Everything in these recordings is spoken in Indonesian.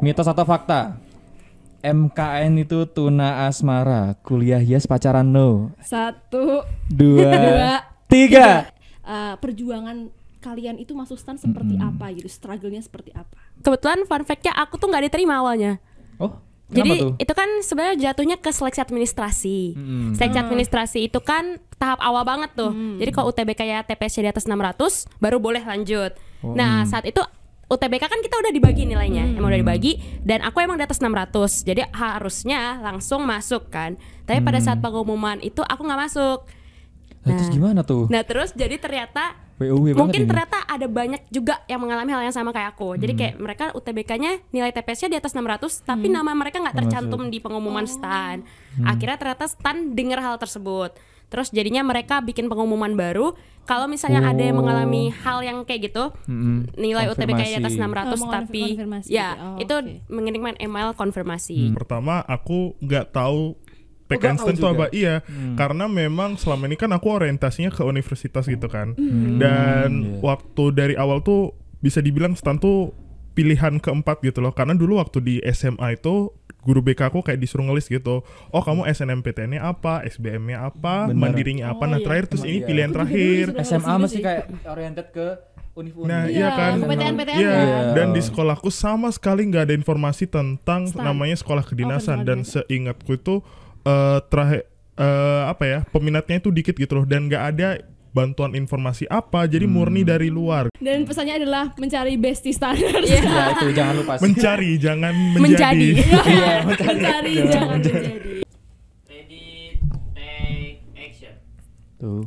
Mitos atau fakta? MKN itu tuna asmara, kuliah yes pacaran no. 1, 2, 3. Perjuangan kalian itu masuk stan seperti apa gitu, struggle-nya seperti apa? Kebetulan fun fact-nya aku tuh nggak diterima awalnya. Oh, jadi tuh? itu kan sebenarnya jatuhnya ke seleksi administrasi. Seleksi administrasi itu kan tahap awal banget tuh. Jadi kalau UTBK ya TPS-nya di atas 600 baru boleh lanjut. Nah, saat itu UTBK kan kita udah dibagi nilainya, emang udah dibagi, dan aku emang di atas 600, jadi harusnya langsung masuk kan. Tapi pada saat pengumuman itu aku nggak masuk. Nah, terus gimana tuh? Nah terus jadi ternyata WUW mungkin banget ini. ternyata ada banyak juga yang mengalami hal yang sama kayak aku. Jadi kayak mereka UTBK-nya nilai TPS-nya di atas 600, tapi nama mereka nggak tercantum di pengumuman stan. Akhirnya ternyata stan dengar hal tersebut. Terus jadinya mereka bikin pengumuman baru. Kalau misalnya ada yang mengalami hal yang kayak gitu, nilai UTBK di atas 600 tapi ya itu mengirimkan email konfirmasi. Pertama aku nggak tahu PKN STAN itu apa? Iya, karena memang selama ini kan aku orientasinya ke universitas gitu kan. Dan waktu dari awal tuh bisa dibilang STAN tuh pilihan keempat gitu loh. Karena dulu waktu di SMA itu guru BK aku kayak disuruh ngelis gitu. Oh kamu SNMPTN-nya apa, SBM-nya apa, mandirinya apa. Nah terakhir terus ini pilihan terakhir. SMA masih kayak oriented ke univ-univ. Nah iya kan. PTN-PTN Iya. kan. Dan di sekolahku sama sekali nggak ada informasi tentang namanya sekolah kedinasan. Dan seingatku itu terakhir peminatnya itu dikit gitu loh, dan nggak ada bantuan informasi apa, jadi murni dari luar. Dan pesannya adalah mencari bestie standar. Ya itu jangan lupa. Mencari jangan menjadi. Iya, Mencari jangan menjadi. Ready, take action. Tuh,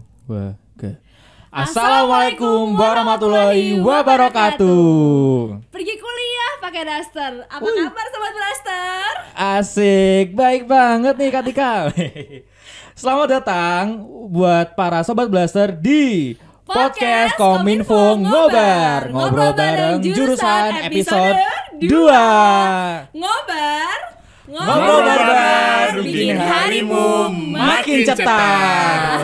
Assalamualaikum warahmatullahi wabarakatuh. Pergi kuliah pakai daster. Apa kabar sobat Blaster? Asik, baik banget nih Kak Tika. Selamat datang buat para sobat Blaster di Podcast Kominfo Ngobar. Ngobrol bareng jurusan episode 2. Ngobrol bareng bikin harimu makin cetar.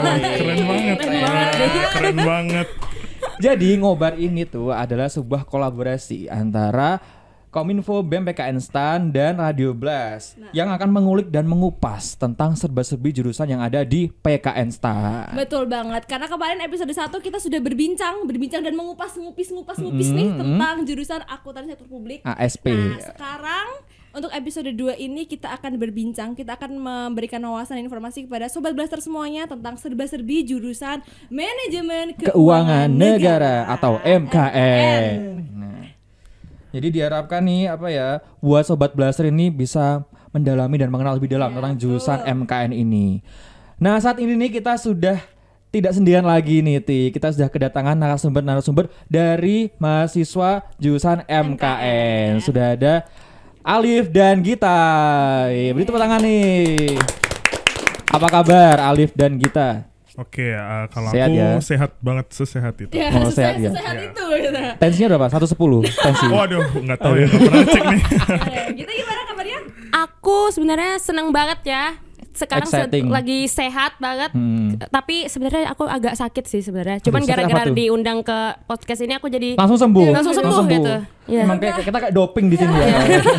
Keren banget. Jadi Ngobar ini tuh adalah sebuah kolaborasi antara Kominfo, BEM PKN STAN, dan Radio Blast yang akan mengulik dan mengupas tentang serba-serbi jurusan yang ada di PKN STAN. Betul banget, karena kemarin episode 1 kita sudah berbincang dan mengupas nih tentang jurusan akuntansi sektor publik ASP. Nah sekarang untuk episode 2 ini kita akan berbincang, kita akan memberikan wawasan informasi kepada Sobat Blaster semuanya tentang serba-serbi jurusan Manajemen Keuangan Negara atau MKN. Jadi diharapkan nih buat Sobat Blaster ini bisa mendalami dan mengenal lebih dalam tentang jurusan MKN ini. Nah saat ini nih kita sudah tidak sendirian lagi nih kita sudah kedatangan narasumber dari mahasiswa jurusan MKN. Sudah ada Alif dan Gita. Beri tepuk tangan nih. Apa kabar Alif dan Gita? Oke, kalau sehat aku ya? Sehat banget, sesehat itu. Ya, sehat ya. Sehat itu gitu. Tensinya berapa? 110 tensi. Waduh, nggak tahu ya, nggak pernah cek nih. Kita gimana kabarnya? Aku sebenarnya seneng banget ya. Sekarang Exciting. lagi sehat banget. Tapi sebenarnya aku agak sakit sih sebenarnya. Cuman sakit gara-gara apa tuh? diundang ke podcast ini aku jadi Langsung sembuh. Langsung sembuh gitu. Iya. Emang kayak kita kayak doping di sini ya.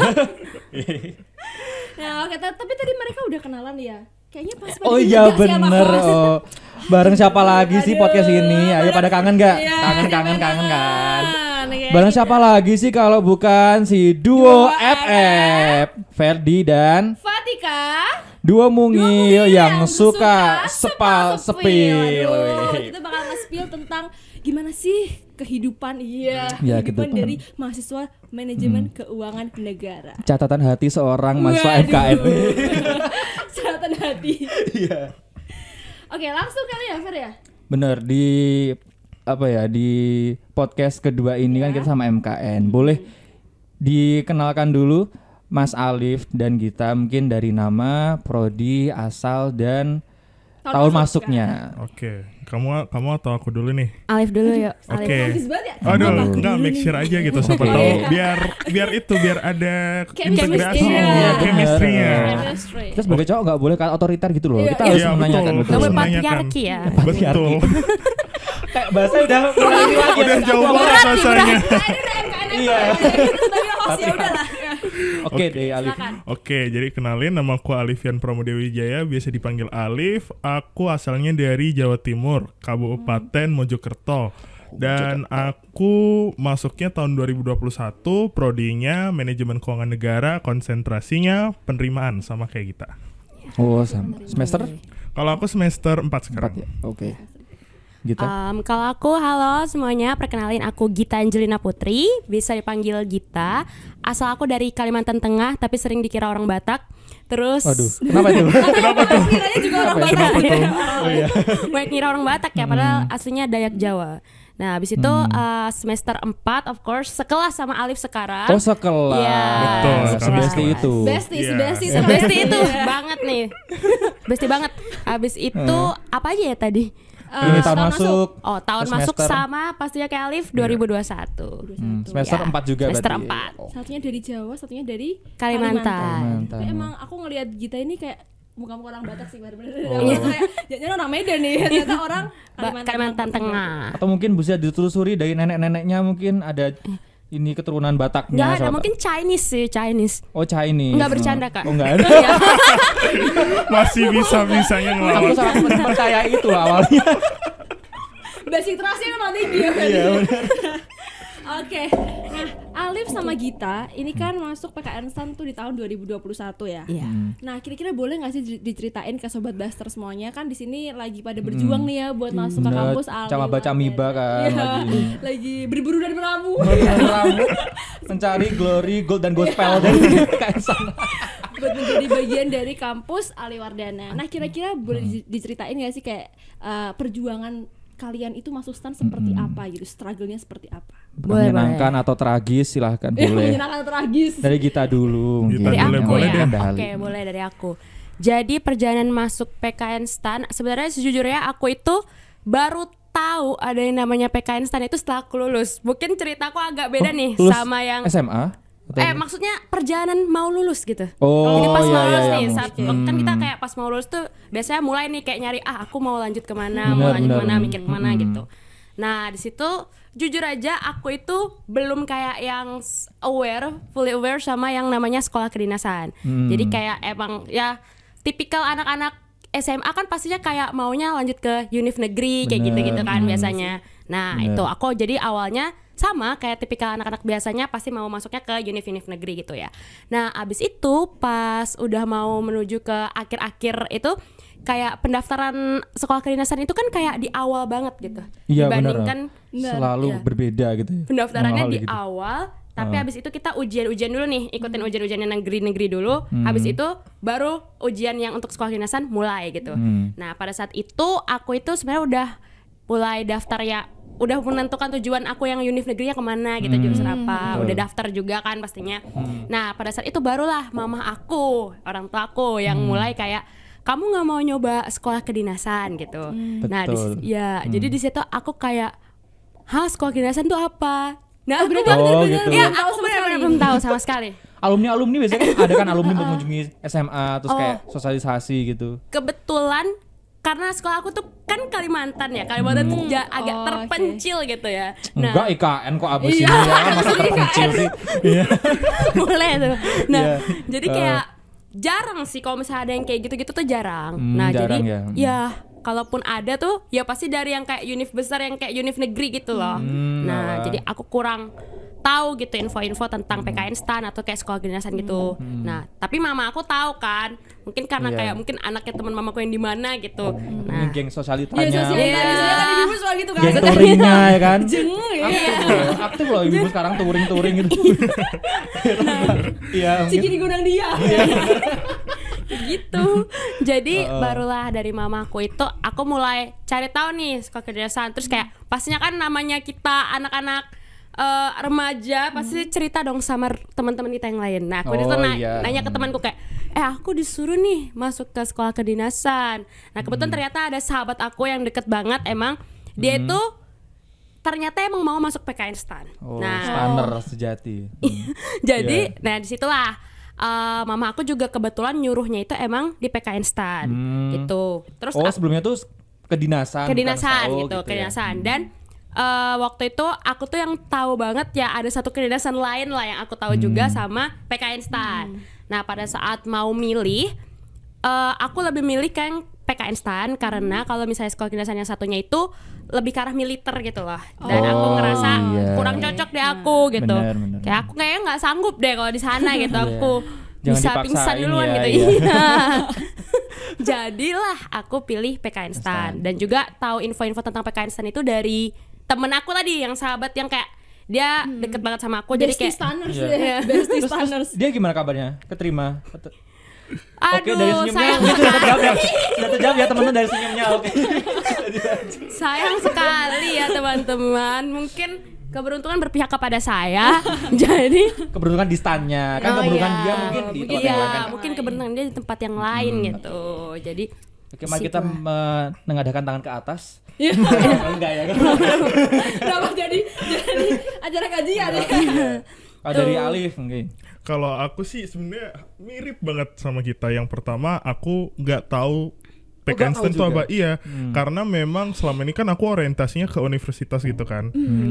Nah, oke, tapi tadi mereka udah kenalan ya. Kayaknya pas Oh iya bener. Oh. Bareng siapa lagi sih podcast ini? Ayo pada kangen gak? Kangen kan. Bareng siapa lagi sih kalau bukan si Duo FF, Ferdi dan Fatika, Duo Mungil yang suka sepil. Kita bakal nge-spill tentang gimana sih kehidupan kehidupan dari mahasiswa manajemen keuangan negara. Catatan hati seorang mahasiswa MKN. Catatan hati. Iya. Oke, langsung kali ya Fer ya. Bener, di podcast kedua ini kan kita sama MKN. Boleh dikenalkan dulu Mas Alif dan Gita, mungkin dari nama, prodi, asal dan tahun masuknya. Oke, kamu atau aku dulu nih? Alif dulu yuk. Oke. Ya? Aduh, enggak, make sure aja gitu, siapa tahu biar ada integrasi, chemistry-nya. Kita sebagai cowok nggak boleh otoriter gitu loh. Kita harus menanyakan. Gak boleh patriarki ya. Betul. Kayak bahasa udah mulai lagi. Udah jauh banget rasanya. Iya. Tapi host ya udahlah. Oke deh Alif. Silakan. Oke, jadi kenalin, nama aku Alifian Pramudewijaya, biasa dipanggil Alif. Aku asalnya dari Jawa Timur, Kabupaten Mojokerto. Dan aku masuknya tahun 2021, prodinya Manajemen Keuangan Negara, konsentrasinya penerimaan sama kayak kita. Oh, sama. Semester Kalau aku semester 4 4 sekarang. ya. Oke. Gita. Kalau aku, halo semuanya, perkenalin aku Gita Angelina Putri, bisa dipanggil Gita. Asal aku dari Kalimantan Tengah, tapi sering dikira orang Batak. Terus Waduh, kenapa itu? Kiranya juga orang Kenapa Batak. itu? Oh iya. banyak ngira orang Batak ya, padahal aslinya Dayak Jawa. Nah, habis itu semester 4 of course sekelas sama Alif sekarang. Oh, sekelas. Iya. Betul, Sebesti sekelas. itu. Bestie, Iya. bestie, Sebesti itu banget nih. Besti banget. Habis itu apa aja ya tadi? Ini tahun masuk. Oh, tahun Semester. masuk sama pastinya kayak Alif 2021. Semester Ya, 4 juga semester berarti. 4. Oh. Satunya dari Jawa, satunya dari Kalimantan. Kalimantan. Tapi emang aku ngelihat Gita ini kayak muka-muka orang Batak sih bener-bener. Oh. Kayak jangan orang Medan nih, ternyata orang Kalimantan Tengah. Atau mungkin bisa ditelusuri dari nenek-neneknya, mungkin ada ini keturunan Bataknya. Enggak ada, siapa mungkin Chinese sih, Chinese. Oh, Chinese. Enggak bercanda, Kak. Oh, enggak ada. Iya. Masih bisa-bisanya Aku ngelawan. sangat percaya itu awalnya. basic trust-nya memang tinggi ya kan? Iya, benar. Oke, nah Alif sama Gita ini kan masuk PKN STAN tuh di tahun 2021 ya. Iya. Nah kira-kira boleh nggak sih diceritain ke sobat Blaster semuanya, kan di sini lagi pada berjuang nih ya buat masuk ke Bener, kampus Alif. sama baca miba kan Iya, lagi ini. lagi berburu dan meramu Mencari glory, gold dan gospel dari KSan. buat menjadi bagian dari kampus Aliwardana. Nah kira-kira boleh diceritain nggak sih kayak perjuangan kalian itu masuk STAN seperti apa gitu, struggle-nya seperti apa? Boleh, Menyenangkan atau tragis silahkan boleh. Menyenangkan atau tragis? Dari kita dulu mungkin. Gita Dari boleh, aku boleh ya. deh. Oke, boleh dari aku. Jadi perjalanan masuk PKN STAN, sebenarnya sejujurnya aku itu baru tahu ada yang namanya PKN STAN itu setelah aku lulus. Mungkin ceritaku agak beda nih Lulus sama yang SMA? Atau- maksudnya perjalanan mau lulus gitu. Oh, Jadi pas iya, mau lulus iya, nih, iya. saat kan kita kayak pas mau lulus tuh biasanya mulai nih kayak nyari aku mau lanjut kemana, Bener, mau lanjut bener. kemana, mikir kemana gitu. Nah di situ jujur aja aku itu belum kayak yang fully aware sama yang namanya sekolah kedinasan. Jadi kayak emang ya tipikal anak-anak SMA kan pastinya kayak maunya lanjut ke univ negeri kayak Bener. gitu-gitu kan biasanya. Nah Bener. itu aku jadi awalnya sama kayak tipikal anak-anak biasanya pasti mau masuknya ke univ negeri gitu ya. Nah abis itu pas udah mau menuju ke akhir-akhir itu kayak pendaftaran sekolah kedinasan itu kan kayak di awal banget gitu Iya benar. dibandingkan Selalu Iya. berbeda gitu ya. pendaftarannya Awal di gitu. awal. Tapi habis itu kita ujian-ujian dulu nih, ikutin ujian-ujian negeri-negeri dulu. Habis itu baru ujian yang untuk sekolah kedinasan mulai gitu. Nah pada saat itu aku itu sebenarnya udah mulai daftar ya, udah menentukan tujuan aku yang univ negerinya kemana gitu, jurusan apa. Udah daftar juga kan pastinya. Nah pada saat itu barulah mamah aku, orang tua aku yang mulai kayak, kamu nggak mau nyoba sekolah kedinasan gitu. Nah Betul. jadi di situ aku kayak, hah sekolah kedinasan tuh apa? Nah berarti Oh, bener-bener gitu. ya belum tahu aku sama benar-benar sekali. belum tahu sama sekali. Alumni biasanya kan ada kan alumni mengunjungi SMA terus kayak sosialisasi gitu. Kebetulan karena sekolah aku tuh kan Kalimantan ya, Kalimantan tuh agak Oh, terpencil gitu ya. Enggak IKN kok abis Iya, ini ya masa terpencil sih. Iya. boleh tuh. Nah, Iya. jadi kayak jarang sih kalau misalnya ada yang kayak gitu-gitu tuh jarang. Nah, jarang jadi ya. kalaupun ada tuh ya pasti dari yang kayak univ besar yang kayak univ negeri gitu loh. Nah, jadi aku kurang tahu gitu info-info tentang PKN STAN atau kayak sekolah kedinasan gitu. Nah, tapi mama aku tahu kan. Mungkin karena Iya. kayak mungkin anaknya teman mamaku yang di mana gitu. Ini Nah, geng Iya sosialitanya. sosial Iya. misalnya kan ibu suka gitu kan. Geng touringnya ya kan. Jeng ya. Aktif loh ibu sekarang touring gitu. Iya. mungkin. Ciki di gunung dia. gitu. Jadi barulah dari mamaku itu aku mulai cari tahu nih sekolah kedinasan. Terus kayak pastinya kan namanya kita anak-anak remaja pasti cerita dong sama teman-teman kita yang lain. Nah, aku itu iya. nanya ke temanku kayak, aku disuruh nih masuk ke sekolah kedinasan. Nah, kebetulan ternyata ada sahabat aku yang deket banget emang dia itu ternyata emang mau masuk PKN STAN. Oh, Nah, standar sejati. jadi, Iya. nah disitulah mama aku juga kebetulan nyuruhnya itu emang di PKN STAN gitu. Terus Oh, sebelumnya tuh kedinasan. kedinasan bukan? Oh, gitu, ya. kedinasan. Dan waktu itu aku tuh yang tahu banget ya ada satu kedinasan lain lah yang aku tahu juga sama PKN Stan. Nah pada saat mau milih, aku lebih milih kan PKN Stan karena kalau misalnya sekolah kedinasan yang satunya itu lebih ke arah militer gitu loh. Dan aku ngerasa kurang cocok deh aku gitu. Bener. Kayak aku kayaknya nggak sanggup deh kalau di sana gitu. Aku Jangan bisa dipaksain pingsan duluan ya, gitu. iya. Iya. Jadilah aku pilih PKN Stan dan juga tahu info-info tentang PKN Stan itu dari temen aku tadi yang sahabat yang kayak dia deket banget sama aku jadi Bestie kayak Stanners Iya. ya. Bestie Terus Stanners. dia gimana kabarnya? Keterima? Oke, aduh dari senyumnya sayang itu sudah terjawab ya. Sudah terjawab ya teman-teman dari senyumnya. Oke. sayang sekali ya teman-teman, mungkin keberuntungan berpihak kepada saya. Jadi Keberuntungan di stannya. Kan Oh, keberuntungan iya. dia mungkin di tempat yang lain kan. iya mungkin keberuntungan dia di tempat yang lain gitu. Jadi Oke, mari kita menengadakan tangan ke atas. Iya. Enggak ya. Kenapa jadi acara kajian ya? Kalau dari Alif mungkin. Kalau aku sih sebenarnya mirip banget sama kita. Yang pertama aku nggak tahu PKN nggak tahu Stan itu juga? apa. Iya, karena memang selama ini kan aku orientasinya ke universitas gitu kan.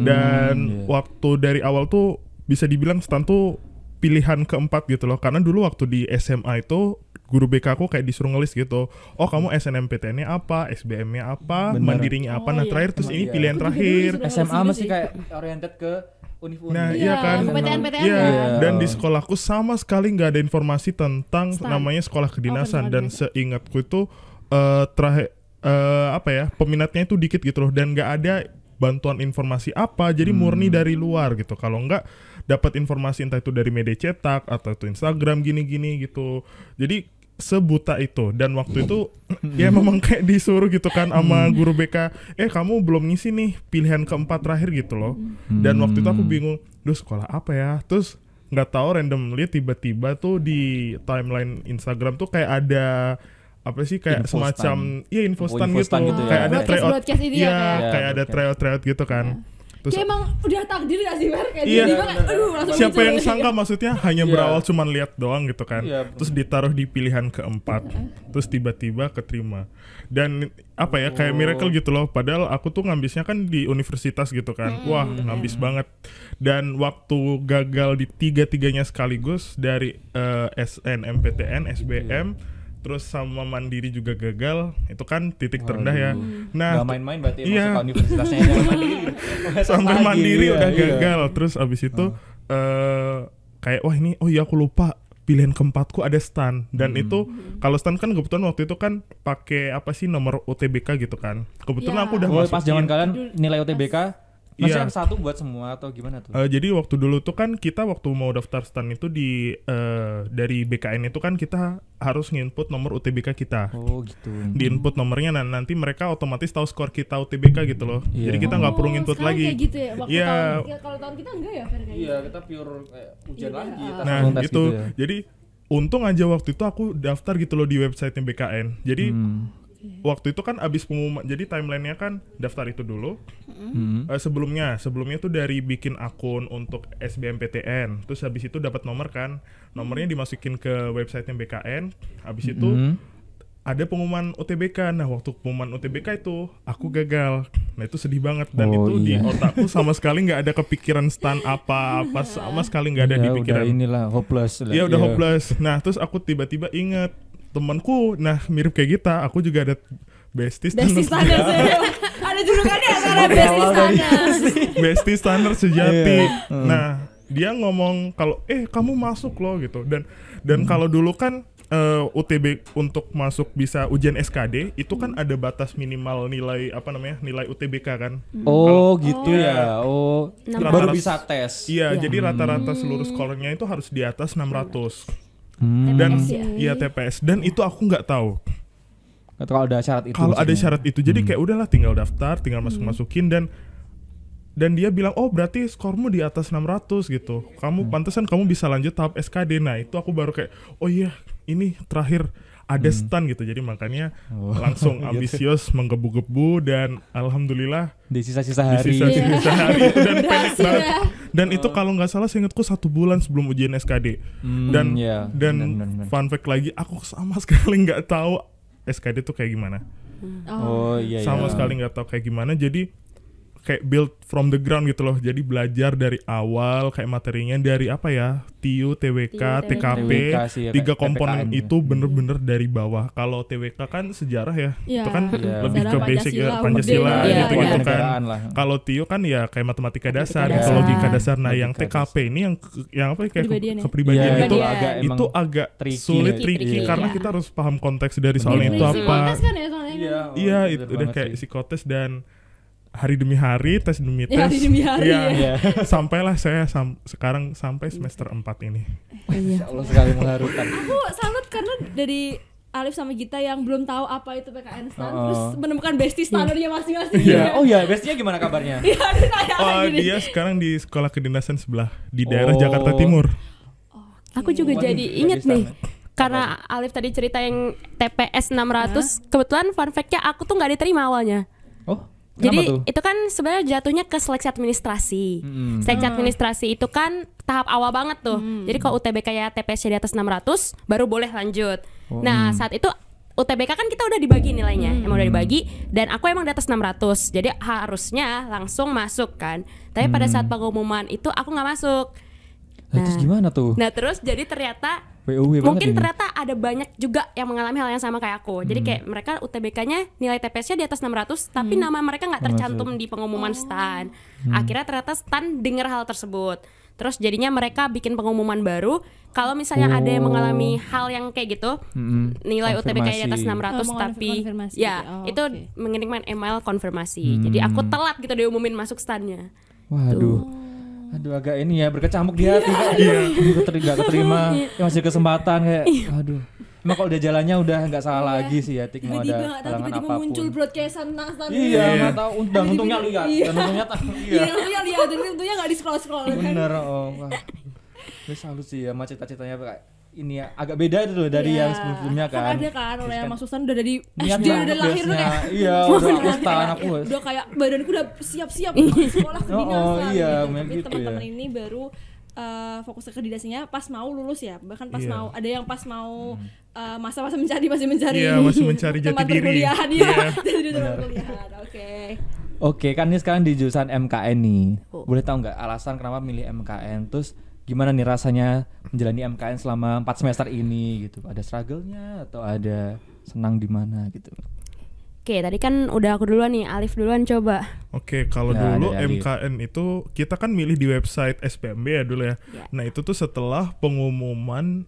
Dan waktu dari awal tuh bisa dibilang Stan tuh pilihan keempat gitu loh. Karena dulu waktu di SMA itu guru BK aku kayak disuruh ngelis gitu. Oh kamu SNMPTN-nya apa, SBM-nya apa, Bener. Mandirinya apa. Nah terakhir terus ini pilihan terakhir. SMA masih kayak oriented ke univ-univ. Nah Iya, iya kan, ke PTN-PTN iya. ya. Dan di sekolahku sama sekali nggak ada informasi tentang Stan. namanya sekolah kedinasan. Dan kedinasan. seingatku itu terakhir apa ya peminatnya itu dikit gitu loh dan nggak ada bantuan informasi apa. Jadi murni dari luar gitu. Kalau nggak dapat informasi entah itu dari media cetak atau itu Instagram gini-gini gitu. Jadi sebuta itu dan waktu itu ya memang kayak disuruh gitu kan sama guru BK kamu belum ngisi nih pilihan keempat terakhir gitu loh dan waktu itu aku bingung duh sekolah apa ya terus nggak tahu randomly tiba-tiba tuh di timeline Instagram tuh kayak ada apa sih kayak Info semacam info stand Info gitu, stand gitu ya. kayak ada tryout Broadcast itu ya, kayak. kayak ada tryout gitu kan terus Kayak emang udah takdir gak sih Mer? Kayak Iya. tiba-tiba kayak aduh langsung siapa muncul yang gitu. sangka maksudnya hanya Iya. berawal cuman lihat doang gitu kan Iya, terus ditaruh di pilihan keempat terus tiba-tiba keterima dan apa ya kayak miracle gitu loh padahal aku tuh ngambisnya kan di universitas gitu kan wah ngambis banget dan waktu gagal di tiga-tiganya sekaligus dari SNMPTN, SBM terus sama Mandiri juga gagal itu kan titik terendah ya nah Gak main-main berarti iya. masuk ke universitasnya yang mandiri. sampai Lagi, Mandiri iya, udah iya. gagal terus abis itu kayak wah ini aku lupa pilihan keempatku ada Stan dan itu kalau Stan kan kebetulan waktu itu kan pakai apa sih nomor UTBK gitu kan kebetulan Iya. aku udah Oh, pas masukin. zaman kalian nilai UTBK maksudnya Iya. satu buat semua atau gimana tuh? Jadi waktu dulu tuh kan kita waktu mau daftar Stan itu di dari BKN itu kan kita harus nginput nomor UTBK kita Oh gitu. di input nomornya nanti mereka otomatis tahu skor kita UTBK gitu loh Iya. jadi kita nggak perlu nginput sekarang lagi kayak gitu ya. Waktu Iya. tahun, ya, kalau tahun kita enggak ya Fer kayak Iya, gitu. kita pure kayak ujian Iya. lagi. Nah tes gitu, ya. jadi untung aja waktu itu aku daftar gitu loh di websitenya BKN. Jadi waktu itu kan abis pengumuman, jadi timelinenya kan daftar itu dulu. Sebelumnya tuh dari bikin akun untuk SBMPTN, terus habis itu dapat nomor kan, nomornya dimasukin ke websitenya BKN. Habis itu ada pengumuman UTBK. Nah waktu pengumuman UTBK itu aku gagal. Nah itu sedih banget dan Oh, itu di iya. otakku sama sekali nggak ada kepikiran Stan apa-apa sama sekali nggak ada Ya, di pikiran. udah inilah hopeless. Iya udah hopeless. Nah terus aku tiba-tiba inget temanku, nah mirip kayak kita, aku juga ada bestie Bestie standar, Stanners ya. Ada julukannya karena Bestie Stanners. bestie standar sejati. Iya. Nah dia ngomong kalau kamu masuk loh gitu dan kalau dulu kan UTB untuk masuk bisa ujian SKD itu kan ada batas minimal nilai nilai UTBK kan. Oh gitu ya. Oh, baru Rata-rata- bisa tes. Iya, Iya. jadi rata-rata seluruh skornya itu harus di atas 600. Hmm. Dan TPS ya? iya TPS dan itu aku nggak tahu. Atau kalau ada syarat itu. Kalau ada maksudnya. syarat itu jadi kayak udahlah tinggal daftar, tinggal masukin dan dia bilang oh berarti skormu di atas 600 gitu. Kamu pantesan kamu bisa lanjut tahap SKD. Nah, itu aku baru kayak oh iya, ini terakhir ada Stan gitu. Jadi makanya langsung ambisius menggebu-gebu dan alhamdulillah Di sisa-sisa di hari. sisa-sisa hari itu dan pendek Berhasil banget. ya. Dan itu kalau nggak salah seingatku 1 bulan sebelum ujian SKD. Dan iya. dan Benar. fun fact lagi aku sama sekali nggak tahu SKD tuh kayak gimana. Oh iya. Sama iya. sekali nggak tahu kayak gimana. Jadi kayak build from the ground gitu loh. Jadi belajar dari awal kayak materinya dari apa ya, TIU, TWK, TKP, TWK sih ya, 3 kayak komponen PPKN itu bener-bener dari bawah. Kalau TWK kan sejarah ya, Iya. itu kan Iya. lebih ke Sejarah basic ya, Pancasila, Pancasila merdeka. Iya, gitu-gitu iya. kan. Kenegaraan lah. Kalau TIU kan ya kayak matematika dasar, dasar. logika dasar. Nah, yang Logika TKP ini yang apa ya, kayak Kepribadian ya? kepribadian Iya, itu Kepribadian. itu agak tricky. sulit, Tricky, tricky iya. karena kita harus paham konteks dari soalnya itu Definisi apa. kontes kan ya soalnya. Iya, itu udah kayak psikotes dan hari demi hari, tes demi tes. Ya, hari demi hari, Iya. ya. Sampailah saya sekarang sampai semester 4 ini. Insya Allah sekali mengharukan. Aku salut karena dari Alif sama Gita yang belum tahu apa itu PKN STAN, Oh. terus menemukan bestie standarnya masing-masing. Iya. Oh ya, bestinya gimana kabarnya? Iya, dia kayak Oh, gini. dia sekarang di sekolah kedinasan sebelah di daerah Oh. Jakarta Timur. Aku juga Waduh, jadi luar inget biasa, nih. men. Karena Alif tadi cerita yang TPS 600, kebetulan fun fact-nya aku tuh nggak diterima awalnya. Oh, kenapa Jadi tuh? itu kan sebenarnya jatuhnya ke seleksi administrasi. Seleksi administrasi itu kan tahap awal banget tuh. Jadi kalau UTBK ya TPS di atas 600 baru boleh lanjut. Nah, saat itu UTBK kan kita udah dibagi nilainya, emang udah dibagi, dan aku emang di atas 600, jadi harusnya langsung masuk kan. Tapi pada saat pengumuman itu aku nggak masuk. Terus gimana tuh? Nah terus jadi ternyata WUW banget mungkin ini. ternyata ada banyak juga yang mengalami hal yang sama kayak aku. Jadi kayak mereka UTBK-nya nilai TPS-nya di atas 600, tapi nama mereka nggak tercantum di pengumuman STAN. Akhirnya ternyata STAN dengar hal tersebut. Terus jadinya mereka bikin pengumuman baru. Kalau misalnya ada yang mengalami hal yang kayak gitu, nilai UTBK di atas 600 Oh, tapi konfirmasi ya gitu. Oh, itu oke. mengirimkan email konfirmasi. Jadi aku telat gitu diumumin masuk STAN-nya. Waduh. Aduh agak ini ya berkecamuk di hati kayak gak keterima ya masih kesempatan kayak aduh emang kalau udah jalannya udah nggak salah lagi sih ya Tik mau Tiba-tiba ada nggak tahu, halangan tiba-tiba apapun muncul broadcastan tentang STAN. iya nggak tahu dan untungnya lihat Iya. dan untungnya Iya, untungnya lihat, dan untungnya nggak di scroll kan. bener oh wah. Gue salut sih ya sama cita-citanya kayak ini ya agak beda itu loh dari Iya. yang sebelumnya kan Ada kan orang yang masuk STAN udah dari niat SD banget udah lahir udah biasanya. kayak Iya, udah aku STAN, aku udah kayak badanku udah siap-siap untuk sekolah kedinasan iya, gitu. memang Tapi gitu teman-teman ya. ini baru fokus ke kedinasannya pas mau lulus ya, bahkan pas Iya. mau ada yang pas mau masa-masa masih mencari Iya, masih mencari jati tempat diri. perkuliahan, Iya. iya. Jadi tempat perkuliahan. Oke. Oke, kan ini sekarang di jurusan MKN nih. Boleh tahu nggak alasan kenapa milih MKN? Terus gimana nih rasanya menjalani MKN selama 4 semester ini gitu? Ada struggle-nya atau ada senang di mana gitu? Oke, tadi kan udah aku duluan nih, Alif duluan coba. Oke, kalau Ya, dulu dari Alif. MKN itu kita kan milih di website SPMB ya dulu ya. Ya. Nah, itu tuh setelah pengumuman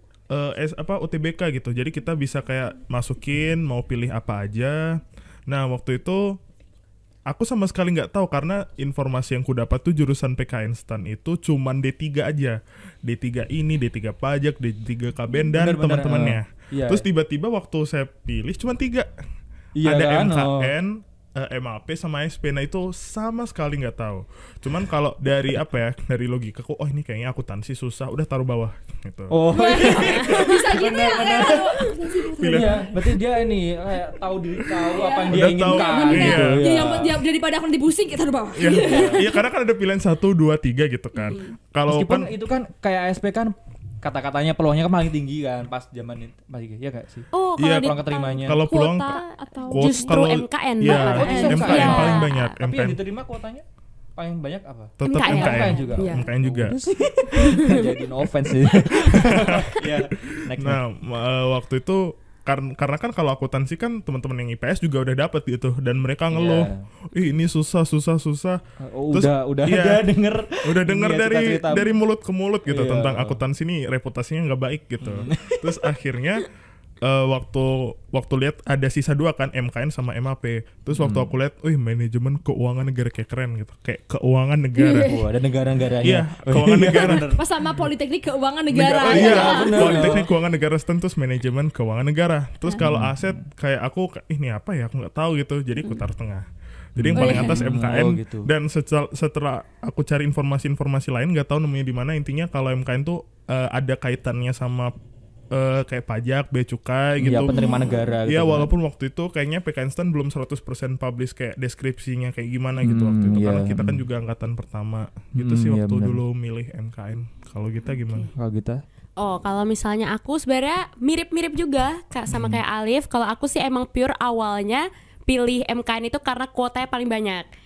UTBK gitu. Jadi kita bisa kayak masukin mau pilih apa aja. Nah, waktu itu aku sama sekali nggak tahu karena informasi yang ku dapat tuh jurusan PKN STAN itu cuman D3 aja. D3 ini, D3 pajak, D3 KBN dan Bener-bener, teman-temannya. iya. Terus tiba-tiba waktu saya pilih cuman 3. Iya Ada kan, MKN, MAP sama SP. Nah itu sama sekali nggak tahu. Cuman kalau dari apa ya, dari logika kok, oh ini kayaknya akuntansi susah, udah taruh bawah gitu. Oh, Bisa gitu ya. Pilih. iya. Berarti dia ini kayak tahu apa yang dia Udah tahu, inginkan iya. gitu. Ya, Ya. yang daripada aku nanti pusing kita di bawah. Iya, iya karena kan ada pilihan 1, 2, 3 gitu kan. Kalau Meskipun kan itu kan kayak ASP kan kata-katanya peluangnya kan paling tinggi kan pas zaman itu masih ya gak sih? Oh, Iya, kalau peluang keterimanya. kalau peluang Kuota atau Justru kalau MKN, iya, Mbak. Oh, justru MKN Iya. paling banyak, Tapi yang MKN. diterima kuotanya paling banyak apa? Tetap MKN. MKN juga. Iya. MKN juga. Jadi no offense sih. Iya. Next. Nah, waktu itu karena kan kalau akuntansi kan teman-teman yang IPS juga udah dapat gitu dan mereka ngeluh, ih ini susah. Oh, Terus, udah iya. ada denger. Udah dengar Ini ya, cerita-cerita. dari mulut ke mulut gitu Iya. tentang akuntansi ini reputasinya nggak baik gitu. Terus akhirnya waktu lihat ada sisa 2 kan MKN sama MAP. Terus waktu aku lihat, manajemen keuangan negara kayak keren gitu. Kayak keuangan negara. Oh, ada negara-negaranya. Iya, keuangan negara. pas sama Politeknik Keuangan Negara. Oh iya, bener. Politeknik Keuangan Negara STAN terus manajemen keuangan negara. Terus kalau aset kayak aku ini apa ya? Aku nggak tahu gitu. Jadi aku taruh tengah. Jadi yang paling atas MKN Oh, gitu. dan setelah aku cari informasi lain nggak tahu namanya di mana. Intinya kalau MKN tuh ada kaitannya sama kayak pajak, bea cukai gitu. Iya, penerimaan negara Iya, gitu. walaupun waktu itu kayaknya PKN STAN belum 100% publish kayak deskripsinya kayak gimana gitu waktu itu. iya. Karena kita kan juga angkatan pertama. Gitu sih Iya, waktu benar. dulu milih MKN. Kalau kita gimana? Kalau kita Oh, kalau misalnya aku sebenarnya mirip-mirip juga Kak sama kayak Alif. Kalau aku sih emang pure awalnya pilih MKN itu karena kuotanya paling banyak.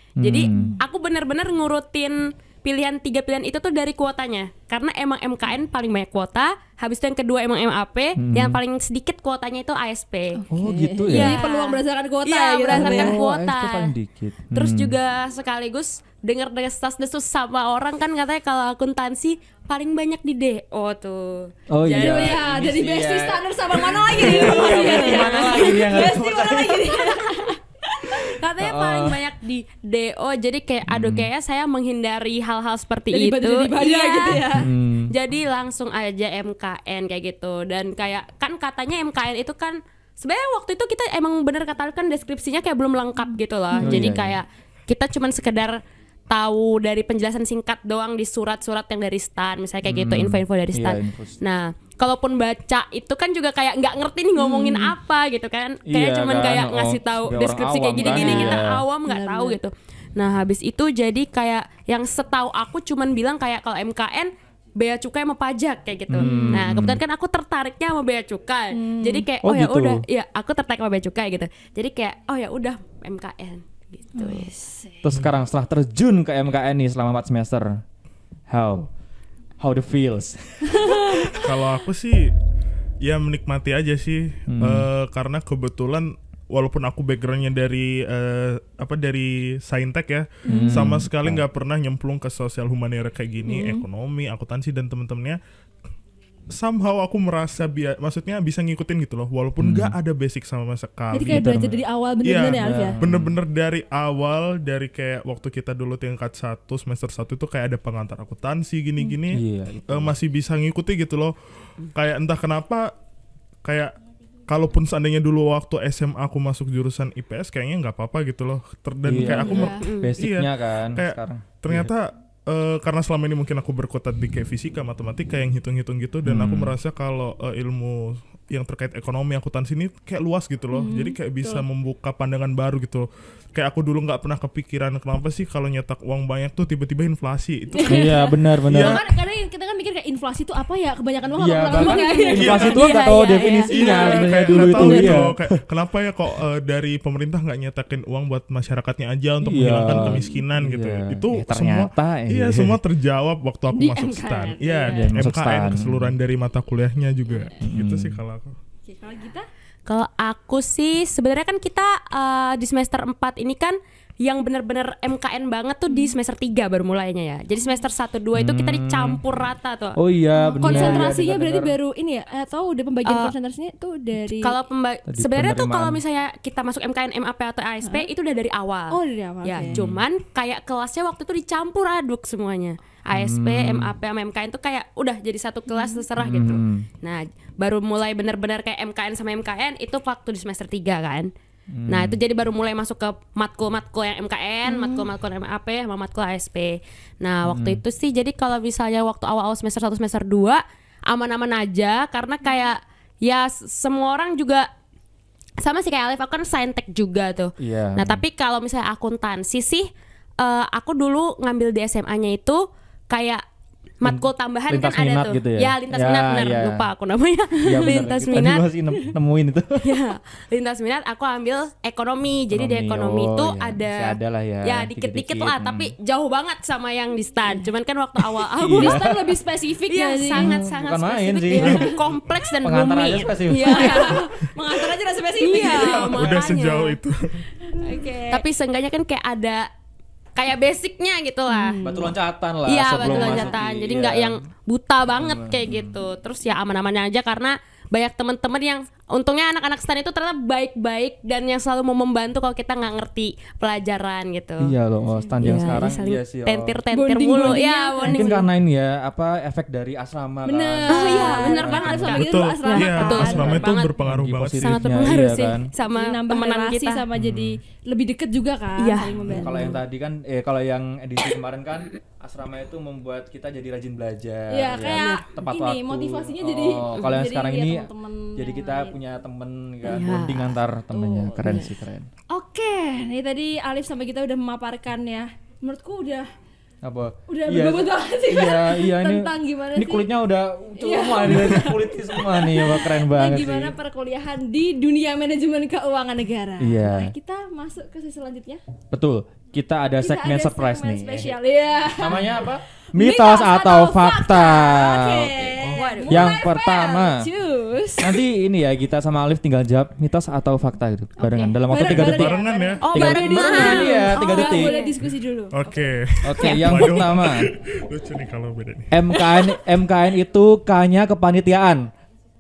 Jadi aku benar-benar ngurutin pilihan 3 pilihan itu tuh dari kuotanya. Karena emang MKN paling banyak kuota, habis itu yang kedua emang MAP, yang paling sedikit kuotanya itu ASP. Oh gitu Jadi ya. peluang berdasarkan kuota Iya, gitu. berdasarkan ya. kuota. ASP paling dikit. Terus juga sekaligus dengar desas-desus sama orang kan katanya kalau akuntansi paling banyak di DO tuh. Oh Jadi- iya. Ya, dari Iya. Besti Standar sama mana lagi nih? Mana lagi nih yang harus Besti mana lagi nih? Katanya paling banyak di DO. Jadi kayak aduh kayaknya saya menghindari hal-hal seperti Jadi itu. jadi gitu ya. Jadi langsung aja MKN kayak gitu. Dan kayak kan katanya MKN itu kan sebenarnya waktu itu kita emang bener kata kan deskripsinya kayak belum lengkap gitu loh. Oh, Jadi iya, iya. kayak kita cuman sekedar tahu dari penjelasan singkat doang di surat-surat yang dari STAN misalnya kayak gitu, info-info dari Iya, STAN. info STAN. Nah, kalaupun baca itu kan juga kayak nggak ngerti nih ngomongin apa gitu kan. Kayak Iya cuman kan, kayak oh, ngasih tahu sebagai deskripsi orang kayak awam gini-gini kan, kita iya. awam nggak tahu gitu. Nah, habis itu jadi kayak yang setahu aku cuman bilang kayak kalau MKN bea cukai sama pajak kayak gitu. Nah, kebetulan kan aku tertariknya sama bea cukai. Jadi kayak Oh, oh ya gitu. udah, ya aku tertarik sama bea cukai gitu. Jadi kayak oh ya udah MKN gitu. Terus sekarang setelah terjun ke MKN nih selama 4 semester, how the feels? Kalau aku sih ya menikmati aja sih. Karena kebetulan walaupun aku backgroundnya dari dari saintek ya, sama sekali nggak pernah nyemplung ke sosial humaniora kayak gini, ekonomi, akuntansi dan temen-temennya. Somehow aku merasa maksudnya bisa ngikutin gitu loh, walaupun nggak ada basic sama sekali. Jadi kayak belajar dari awal bener-bener ya Alf ya. Bener-bener dari awal, dari kayak waktu kita dulu tingkat 1 semester 1 itu kayak ada pengantar akuntansi gini-gini. Iya, itu. Masih bisa ngikuti gitu loh. Kayak entah kenapa kayak kalaupun seandainya dulu waktu SMA aku masuk jurusan IPS kayaknya nggak apa-apa gitu loh. Dan Iya. kayak aku Basicnya kan kayak sekarang. ternyata karena selama ini mungkin aku berkutat di kayak fisika, matematika yang hitung-hitung gitu, dan aku merasa kalau ilmu yang terkait ekonomi akuntansi ini kayak luas gitu loh. Jadi kayak bisa membuka pandangan baru gitu. Kayak aku dulu nggak pernah kepikiran kenapa sih kalau nyetak uang banyak tuh tiba-tiba inflasi itu. Iya benar. Kan kadang kita kan mikir kayak inflasi itu apa ya? Kebanyakan uang Iya, apa bahkan ya? inflasi itu nggak tahu definisinya sebenarnya kayak dulu nggak itu tahu gitu ya. loh, kayak kenapa ya kok dari pemerintah nggak nyetakin uang buat masyarakatnya aja untuk Iya. menghilangkan kemiskinan gitu. Iya. Itu Ternyata semua terjawab waktu aku Di masuk MKN. STAN. Iya. Iya, Iya, masuk MKN STAN. keseluruhan dari mata kuliahnya juga. Gitu sih kalau aku. Oke, kalau kita Kalau aku sih sebenarnya kan kita di semester 4 ini kan yang benar-benar MKN banget tuh di semester 3 baru mulainya ya. Jadi semester 1 2 itu kita dicampur rata tuh. Oh iya benar. konsentrasinya Iya, berarti dengar-dengar. baru ini ya? Atau udah pembagian konsentrasinya tuh dari Kalau Tadi sebenarnya tuh penerimaan. kalau misalnya kita masuk MKN, MAP atau ASP itu udah dari awal. Oh, dari awal. Ya, oke. cuman kayak kelasnya waktu itu dicampur aduk semuanya. ASP, MAP sama MKN tuh kayak udah jadi satu kelas terserah gitu. Nah, baru mulai benar-benar kayak MKN sama MKN itu waktu di semester 3 kan. Nah, itu jadi baru mulai masuk ke matkul-matkul yang MKN, matkul-matkul MAP sama matkul ASP. Nah, waktu itu sih jadi kalau misalnya waktu awal-awal semester 1 semester 2 aman-aman aja karena kayak ya semua orang juga sama sih kayak Alif, aku kan saintek juga tuh. Iya. Nah, tapi kalau misalnya akuntansi sih aku dulu ngambil di SMA-nya itu kayak matkul tambahan lintas kan ada minat tuh. gitu ya? Ya, lintas Ya, minat benar. ya. Lupa aku namanya. Iya, benar. Lintas Tadi minat. masih nemuin itu. Ya, lintas minat aku ambil ekonomi. Jadi di ekonomi oh, itu ya. ada Masih ada lah ya, ya dikit-dikit dikit-dikit. lah, tapi jauh banget sama yang di STAN. Cuman kan waktu awal Iya. Di STAN lebih spesifik Iya, ya sih. sangat-sangat Bukan main spesifik. sih. Iya, kompleks dan Pengantar aja rumit. spesifik. Iya. Mengantar aja udah spesifik. Iya, Udah makanya. sejauh itu. Oke. Tapi seenggaknya kan kayak ada kayak basicnya gitu lah. Batu loncatan lah. Iya, sebelum batu masuk loncatan. di- Jadi iya. nggak yang buta banget kayak gitu. Terus ya aman-aman aja karena banyak teman-teman yang untungnya anak-anak STAN itu ternyata baik-baik dan yang selalu mau membantu kalau kita nggak ngerti pelajaran gitu. Iya loh, oh, stand yang Iya, sekarang saling iya sih. Oh. tentir-tentir Bonding- mulu. bondingnya Ya, kan. bonding. Mungkin karena ini ya, apa efek dari asrama Bener. kan. Oh iya, bener Kan banget, Alif sama Kak. kita Betul. dulu asrama Iya, kan. asrama Bener itu banget. berpengaruh Segi banget sih. Sangat positifnya, berpengaruh iya sih kan. sama Jadi nambah temenan relasi kita. sama jadi lebih deket juga kan. Iya. saling membantu. Kalau yang tadi kan, kalau yang edisi kemarin kan asrama itu membuat kita jadi rajin belajar. Iya, ya. kayak Tepat ini, waktu. motivasinya jadi Kalau yang jadi sekarang lihat ini teman-teman jadi yang kita lain. punya temen kan, Iya. bonding antar temennya. Keren sih, keren. Oke, nih tadi Alif sama kita udah memaparkan ya. Menurutku udah Apa? Udah Iya, berbobot banget sih. Iya ini. Tentang gimana Ini sih? kulitnya udah semua nih, kulitnya semua nih, wah keren Nah, banget gimana sih. perkuliahan di dunia manajemen keuangan negara. Iya. Nah, kita masuk ke sesi selanjutnya. Betul. Kita ada Kita segmen ada surprise segmen nih. spesial ya. Namanya apa? Mitos atau fakta. Oke. Waduh. Yang Mulai, pertama. Fel. Cus. Nanti ini ya kita sama Alif tinggal jawab mitos atau fakta gitu barengan dalam waktu 3 Bareng-bareng detik. Barengan ya. Oh, Tiga- barengan. barengan, iya, 3 Nggak detik. boleh diskusi dulu. Oke. Oke, yang Waduh. pertama. Lucu nih kalau beda nih. MKN itu K-nya kepanitiaan.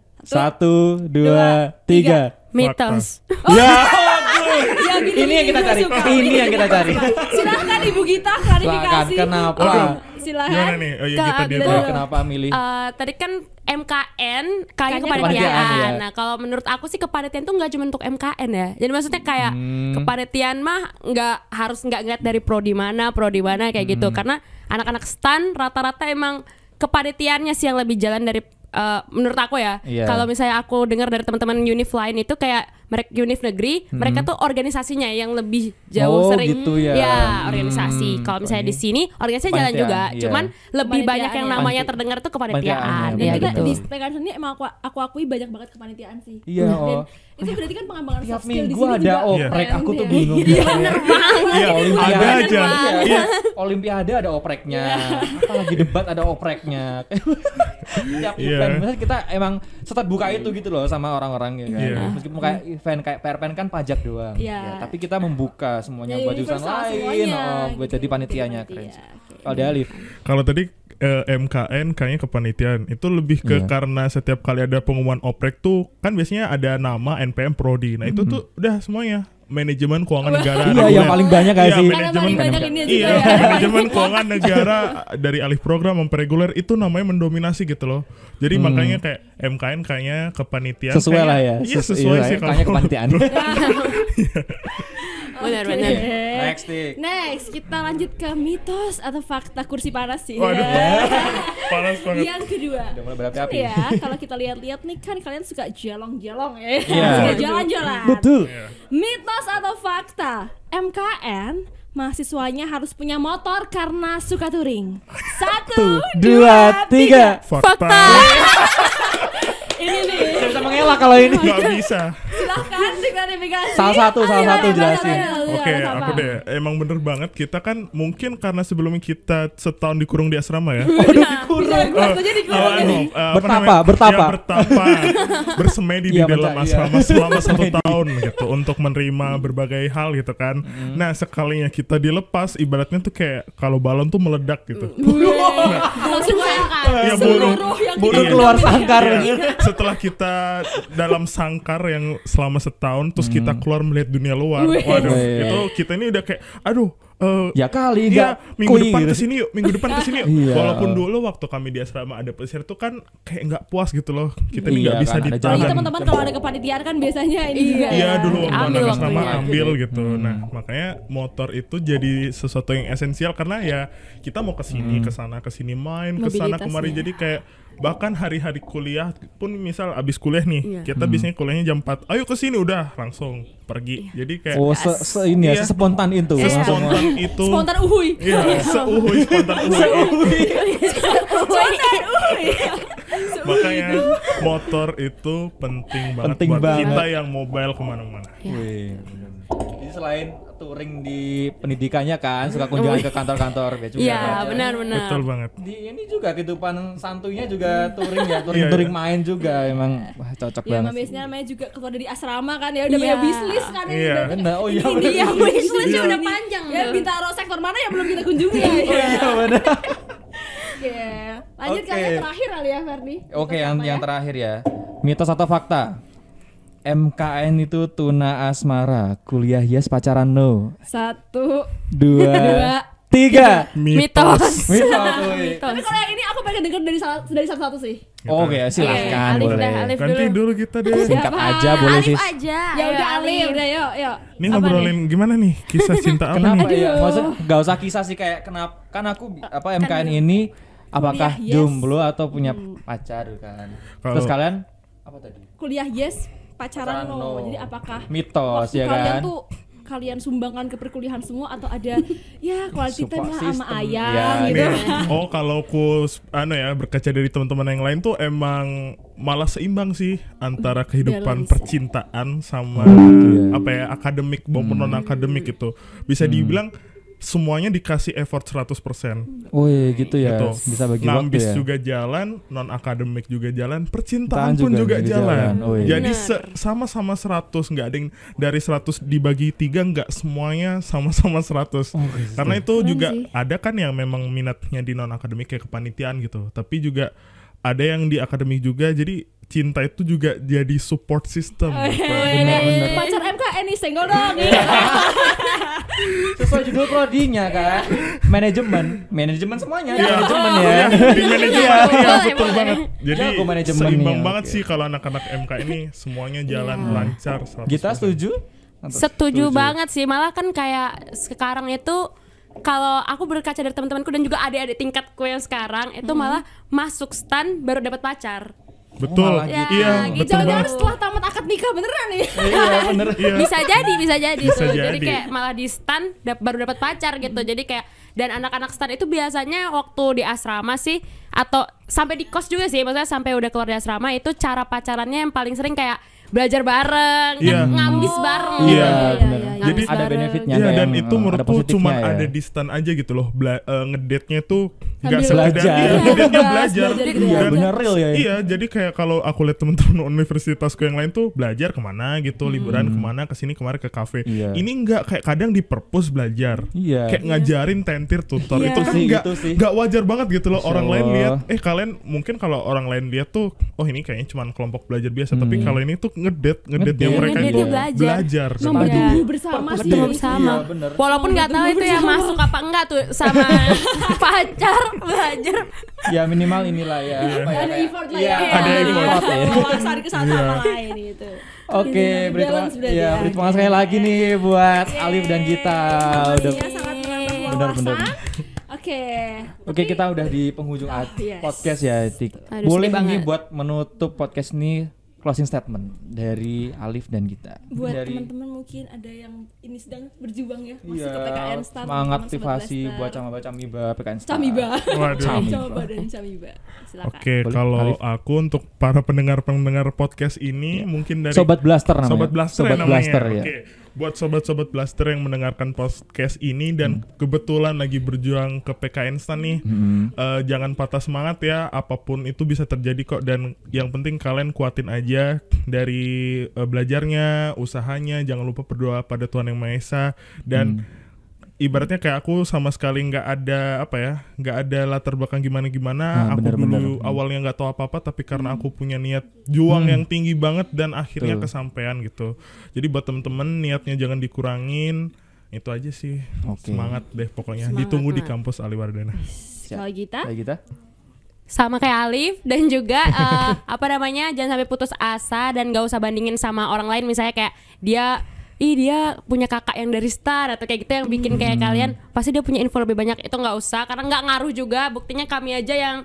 1, 2, 3. Mitos. Ya, Ya, ini yang kita cari. suka. Ini yang kita cari. Silahkan Ibu Gita Silakan, klarifikasi. kenapa? Aduh. Silahkan. Gimana nih? Oh iya kita Kak, dia Bila dulu. dulu. Kenapa milih? Tadi kan MKN kayaknya kepanitiaan, kepanitiaan. ya. Nah, kalau menurut aku sih kepanitiaan tuh nggak cuma untuk MKN ya. Jadi maksudnya kayak Hmm. kepanitiaan mah nggak ngeliat dari prodi mana kayak Hmm. gitu. Karena anak-anak stan rata-rata emang kepanitiaannya sih yang lebih jalan dari menurut aku ya. Iya. Kalau misalnya aku dengar dari teman-teman univ lain itu kayak univ negeri, mereka tuh organisasinya yang lebih jauh Oh, sering. gitu ya. Organisasi. Kalau misalnya di sini organisasi jalan juga, Kepanitiaan, iya. cuman lebih Kepanitiaan banyak yang ya. namanya terdengar tuh kepanitiaan. Kepanitiaan, Dan Ya kita gitu. di PKN sendiri emang aku akui banyak banget kepanitiaan sih. Iya, Dan oh. itu berarti kan pengembangan Tiap soft skill di minggu sini ada juga oprek, keren, aku tuh ya. bingung. Iya, Bener banget. Iya, Olimpiade ada aja. Iya, Olimpiade ada opreknya. Apalagi debat ada opreknya. Tiap Iya. event misalnya kita emang setat buka itu gitu loh sama orang-orang ya kan. Iya. Meskipun kayak event kayak PRPN kan pajak doang. Iya. Ya, tapi kita membuka semuanya Ya, buat jurusan universal lain, semuanya, buat gitu. jadi panitianya Jadi keren. panitia, oke. Kalau ada Alif. Kalau tadi MKN kayaknya kepanitiaan itu lebih ke Iya. karena setiap kali ada pengumuman oprek tuh kan biasanya ada nama NPM Prodi. Nah itu tuh udah semuanya manajemen keuangan negara. Iya, yang paling banyak gak Iya, sih? Karena paling banyak ini juga Iya, ya. manajemen keuangan negara dari alih program sampai reguler itu namanya mendominasi gitu loh. Jadi makanya kayak MKN kayaknya kepanitiaan Sesuai kayaknya- lah ya. Iya sesuai sih kalau kayaknya kepanitiaan. Benar-benar. Oke. Next, Dik. Next, kita lanjut ke mitos atau fakta kursi panas sih. Waduh. Ya. panas banget. Yang kedua. Udah mulai berapi-api. Ya, kalau kita lihat-lihat nih kan kalian suka jelong-jelong ya. Iya. Suka jalan-jalan. Betul. Mitos atau fakta? MKN mahasiswanya harus punya motor karena suka touring. 1, 2, 3. Fakta. Ini nih. Saya bisa mengelak kalau ini. Nggak bisa. Silahkan diklarifikasi. Salah satu jelasin. Oke, aku deh. Emang bener banget kita kan mungkin karena sebelumnya kita setahun dikurung di asrama ya. Dikurung. Aku jadi dikurung. Bertapa. Bertapa. Bersemedi di Iya, dalam iya. asrama selama 1 tahun gitu untuk menerima berbagai hal gitu kan. Nah, sekalinya kita dilepas ibaratnya tuh kayak kalau balon tuh meledak gitu. Langsung sangkar. Iya, Seluruh yang Buru kita keluar punya. sangkar. Iya. Setelah kita dalam sangkar yang selama setahun terus kita keluar melihat dunia luar. Waduh, Wih. itu kita ini udah kayak aduh Ya kali iya, enggak minggu depan kesini yuk, minggu depan kesini yuk. Iya. Walaupun dulu waktu kami di asrama ada pesisir tuh kan kayak nggak puas gitu loh. Kita ini Iya, nggak bisa kan, ada ditahan. Jadi jalan. teman-teman kalau ada kepanitiaan kan biasanya ini juga ya. Iya dulu waktu Ambil anak asrama waktunya. ambil gitu. Nah makanya motor itu jadi sesuatu yang esensial karena ya kita mau kesini kesini main kesana Mobilitas, kemari ya. jadi kayak bahkan hari-hari kuliah pun misal abis kuliah nih Iya. kita biasanya kuliahnya jam 4 ayo kesini udah langsung pergi jadi kayak Oh, ini ya, Iya. sespontan itu. spontan itu Spontan uhuy. iya seuhuy spontan uhuy Spontan uhuy. makanya motor itu penting banget Penting buat banget. kita yang mobile kemana-mana. Wih, bener. Jadi selain touring di pendidikannya kan, suka kunjungan ke kantor-kantor ya juga. Iya, kan. benar-benar. Betul banget. Di ini juga kehidupan santuinya juga touring ya, Iya, touring iya. main juga emang wah cocok Ya banget. biasanya namanya juga keluar dari asrama kan ya udah Iya. punya bisnis kan ini Iya. berarti Benar. Oh iya ini benar. dia Wishlistnya Iya. udah panjang Ya tuh. Bintaro sektor mana yang belum kita kunjungi ya. Iya benar. Oke. Lanjut Oke. kalian terakhir kali ya Ferdi. Oke, Mitos apa yang ya? terakhir ya. Mitos atau fakta? MKN itu tuna asmara, kuliah yes pacaran no. 1, 2, Dua. 3. Mitos. Mitos. Tapi kalau yang ini aku pengen denger dari satu-satu sih. Oke, silahkan Alif boleh. dah, Alif Ganti dulu kita deh. Singkat Siapa? aja boleh sih. Alif aja. Ya Ayo, udah Alif, udah yuk. Ini Apa ngobrolin gimana nih kisah cinta apa Kenapa nih? ya? Maksud gak usah kisah sih kayak kenapa kan aku apa MKN ini apakah Kuliah, yes. jomblo atau punya pacar kan. Terus Kalau- kalian apa tadi? Kuliah yes, pacaran Pacaran no. no. Jadi apakah Mitos waktu ya kalian kan. tuh kalian sumbangkan ke perkuliahan semua atau ada ya quality time lah sama Support ayah system. gitu. Oh, kalau aku berkaca dari teman-teman yang lain tuh emang malah seimbang sih antara kehidupan Balance. percintaan sama Iya. akademik maupun non akademik gitu. Bisa dibilang semuanya dikasih effort 100%. Oh iya gitu ya. Gitu. Bisa bagi waktu Ngambis ya. juga jalan, non akademik juga jalan, Percintaan percintaan pun juga juga jalan. Oh iya. Jadi sama-sama 100, nggak ada yang dari 100 dibagi 3, nggak semuanya sama-sama 100. Karena itu Keren juga sih. ada kan yang memang minatnya di non akademik kayak kepanitiaan gitu. Tapi juga ada yang di akademik juga. Jadi cinta itu juga jadi support system. Benar-benar. Pacar MKN nih senggol dong. Sesuai judul prodinya kan. Manajemen semuanya. Iya. Manajemen Oh, ya. iya, di manajemen iya, Boleh, betul boleh. banget. Jadi Jago manajemen seimbang nih, banget oke. sih kalau anak-anak MK ini semuanya jalan lancar 100%. Kita setuju? Setuju banget sih, malah kan kayak sekarang itu kalau aku berkaca dari teman-temanku dan juga adik-adik tingkatku yang sekarang itu malah masuk stan baru dapat pacar. Betul. malah gitu. Iya, Ya, betul Jangan-jangan banget. setelah tamat akad nikah beneran nih. Iya bener. Iya. Bisa jadi Bisa tuh. Jadi jadi. kayak malah di stan baru dapat pacar gitu. Jadi kayak dan anak-anak stan itu biasanya waktu di asrama sih atau sampai di kos juga sih, maksudnya sampai udah keluar dari asrama itu cara pacarannya yang paling sering kayak belajar bareng, Iya. ngambis bareng. Iya, benar. iya. Jadi ada benefitnya. Iya, ada dan yang, itu ada menurutku positifnya cuma ya. ada di stan aja gitu loh. Ngedate-nya tuh nggak Sambil sekedar belajar. iya, ngedate-nya belajar. Belajar gitu Iya ya. bener real ya. Iya, jadi kayak kalau aku lihat teman-teman universitasku yang lain tuh belajar kemana gitu, liburan kemana, kesini kemarin ke kafe. Iya. Ini nggak kayak kadang di perpus belajar. Iya. Kayak ngajarin tentir tutor Iya. itu kan Itu sih, nggak itu sih. nggak wajar banget gitu loh. Masya Orang lain Allah. lihat, kalian mungkin kalau orang lain lihat tuh, oh ini kayaknya cuma kelompok belajar biasa. Tapi kalau ini tuh ngedate yang mereka Ngedate itu belajar. belajar. Membagi Iya. guru bersama sih. Ketemu sama. Iya, bener. Walaupun nggak tahu itu ya masuk apa enggak tuh sama pacar belajar. Ya minimal inilah ya. Apa ya, Ada kayak- effort lah Iya, ya. ada effort ya. Wawasan ke satu sama lain gitu. Oke, beri Balance berarti ya, ya. beri semangat sekali lagi nih buat Alif dan Gita. Udah Iya, sangat menambah benar-benar. wawasan. Oke. Oke, kita udah di penghujung yes. podcast ya, Tik. Aduh, Boleh sedih ini banget. buat menutup podcast ini closing statement dari Alif dan Gita. Buat dari teman-teman mungkin ada yang ini sedang berjuang ya masuk iya, ke PKN Star. semangat teman-teman motivasi Sobat buat Blaster. Camiba PKN Star. Camiba. Waduh. Camiba. Coba dan Camiba. Silakan. Oke, Boleh, kalau Alif. aku untuk para pendengar podcast ini mungkin dari Sobat Blaster namanya. Sobat Blaster Sobat ya namanya. Blaster ya. Oke. Buat sobat-sobat Blaster yang mendengarkan podcast ini dan kebetulan lagi berjuang ke PKN Stan nih, jangan patah semangat ya. Apapun itu bisa terjadi kok, dan yang penting kalian kuatin aja dari belajarnya, usahanya. Jangan lupa berdoa pada Tuhan Yang Maha Esa dan ibaratnya kayak aku sama sekali nggak ada latar belakang gimana. Nah, Aku bener-bener. dulu awalnya nggak tahu apa-apa, tapi karena aku punya niat juang yang tinggi banget dan akhirnya Betul. kesampaian gitu. Jadi buat temen-temen niatnya jangan dikurangin. Itu aja sih. Oke. Semangat deh pokoknya. Semangat Ditunggu di banget. kampus Aliwardana. Kalau kita Kayak kita. Sama kayak Alif dan juga jangan sampai putus asa dan gak usah bandingin sama orang lain, misalnya kayak dia punya kakak yang dari Star atau kayak gitu yang bikin kayak kalian pasti dia punya info lebih banyak. Itu nggak usah karena nggak ngaruh juga, buktinya kami aja yang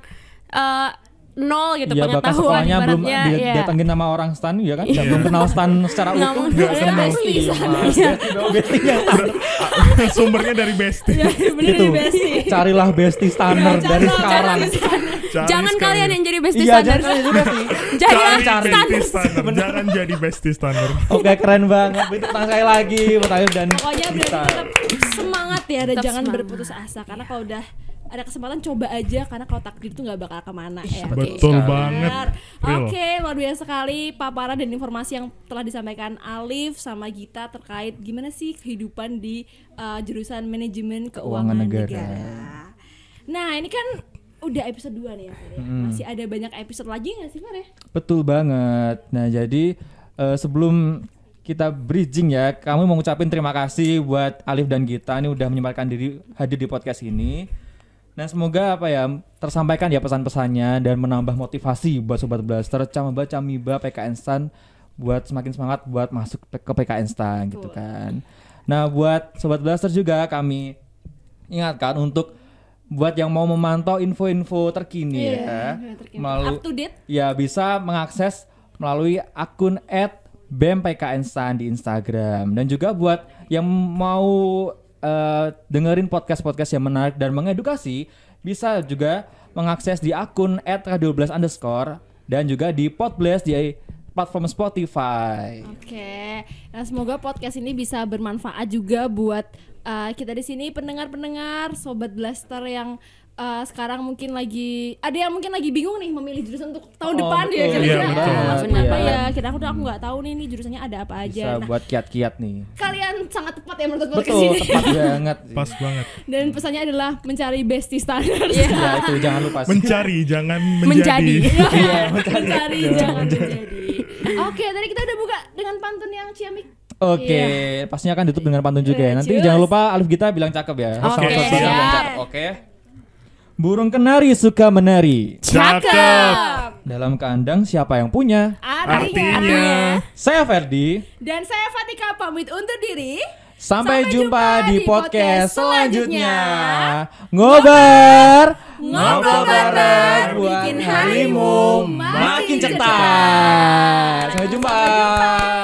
nol gitu Iya, bahkan pengetahuan sekolahnya belum ibaratnya, iya. didatengin nama orang stan ya kan. Belum kenal stan secara Nggak utuh. mungkin. Nggak Iya, kenal. pasti. Iya, Besti yang standar. Sumbernya dari Besti. bener Gitu. nih Besti. Carilah Besti standar dari sekarang. Cari Jangan sekarang. kalian yang jadi bestie Iya, standar. jangan juga sih. Jadilah Cari standar. Besti standar. Jangan jadi Besti standar. Oke, keren banget. Itu tangan sekali lagi buat Alif dan Pokoknya berarti Gita. tetap semangat ya dan Tetap jangan semangat. berputus asa karena kalau udah ada kesempatan coba aja karena kalau takdir itu nggak bakal kemana ya. Betul sekali. banget. Real. Oke, luar biasa sekali paparan dan informasi yang telah disampaikan Alif sama Gita terkait gimana sih kehidupan di jurusan manajemen keuangan negara. Nah, ini kan udah episode 2 nih ya, Fer, ya. Masih ada banyak episode lagi nggak sih, Fer ya? Betul banget. Nah, jadi sebelum kita bridging ya, kami mau ngucapin terima kasih buat Alif dan Gita ini udah menyempatkan diri hadir di podcast ini. Nah, semoga tersampaikan ya pesan-pesannya dan menambah motivasi buat Sobat Blaster, Camiba, PKN Stan buat semakin semangat buat masuk ke PKN Stan gitu kan. Nah, buat Sobat Blaster juga kami ingatkan untuk buat yang mau memantau info-info terkini Iya, ya, terkini. Up to date. ya bisa mengakses melalui akun BEM PKN Stan di Instagram. Dan juga buat yang mau dengerin podcast-podcast yang menarik dan mengedukasi, bisa juga mengakses di akun @radio12_ dan juga di Podblast di platform Spotify. Oke. Nah, semoga podcast ini bisa bermanfaat juga buat kita di sini pendengar-pendengar Sobat Blaster yang sekarang mungkin lagi bingung nih memilih jurusan untuk tahun depan ya betul. kira-kira. Iya, betul. Apa ya? Kira aku nggak tahu nih jurusannya ada apa aja. Bisa Nah, buat kiat-kiat nih. kalian sangat tepat ya menurut podcast Betul, ini. tepat banget. Pas banget. Dan pesannya adalah mencari bestie standar. Ya itu jangan lupa sih. Mencari jangan Menjadi. menjadi. Iya, Mencari jangan menjadi. Oke, tadi kita udah buka dengan pantun yang ciamik. Oke, pastinya akan ditutup dengan pantun juga ya. Nanti Cus. jangan lupa Alif Gita bilang cakep ya. Oke, Sama Sosial bilang siap. cakep. Oke. Burung kenari suka menari. Cakep. Dalam kandang siapa yang punya? Artinya. Saya Ferdi. Dan saya Fatika pamit undur diri. Sampai jumpa di podcast selanjutnya. Ngobrol Ngobrol bareng buat bikin harimu makin cepat. Sampai jumpa.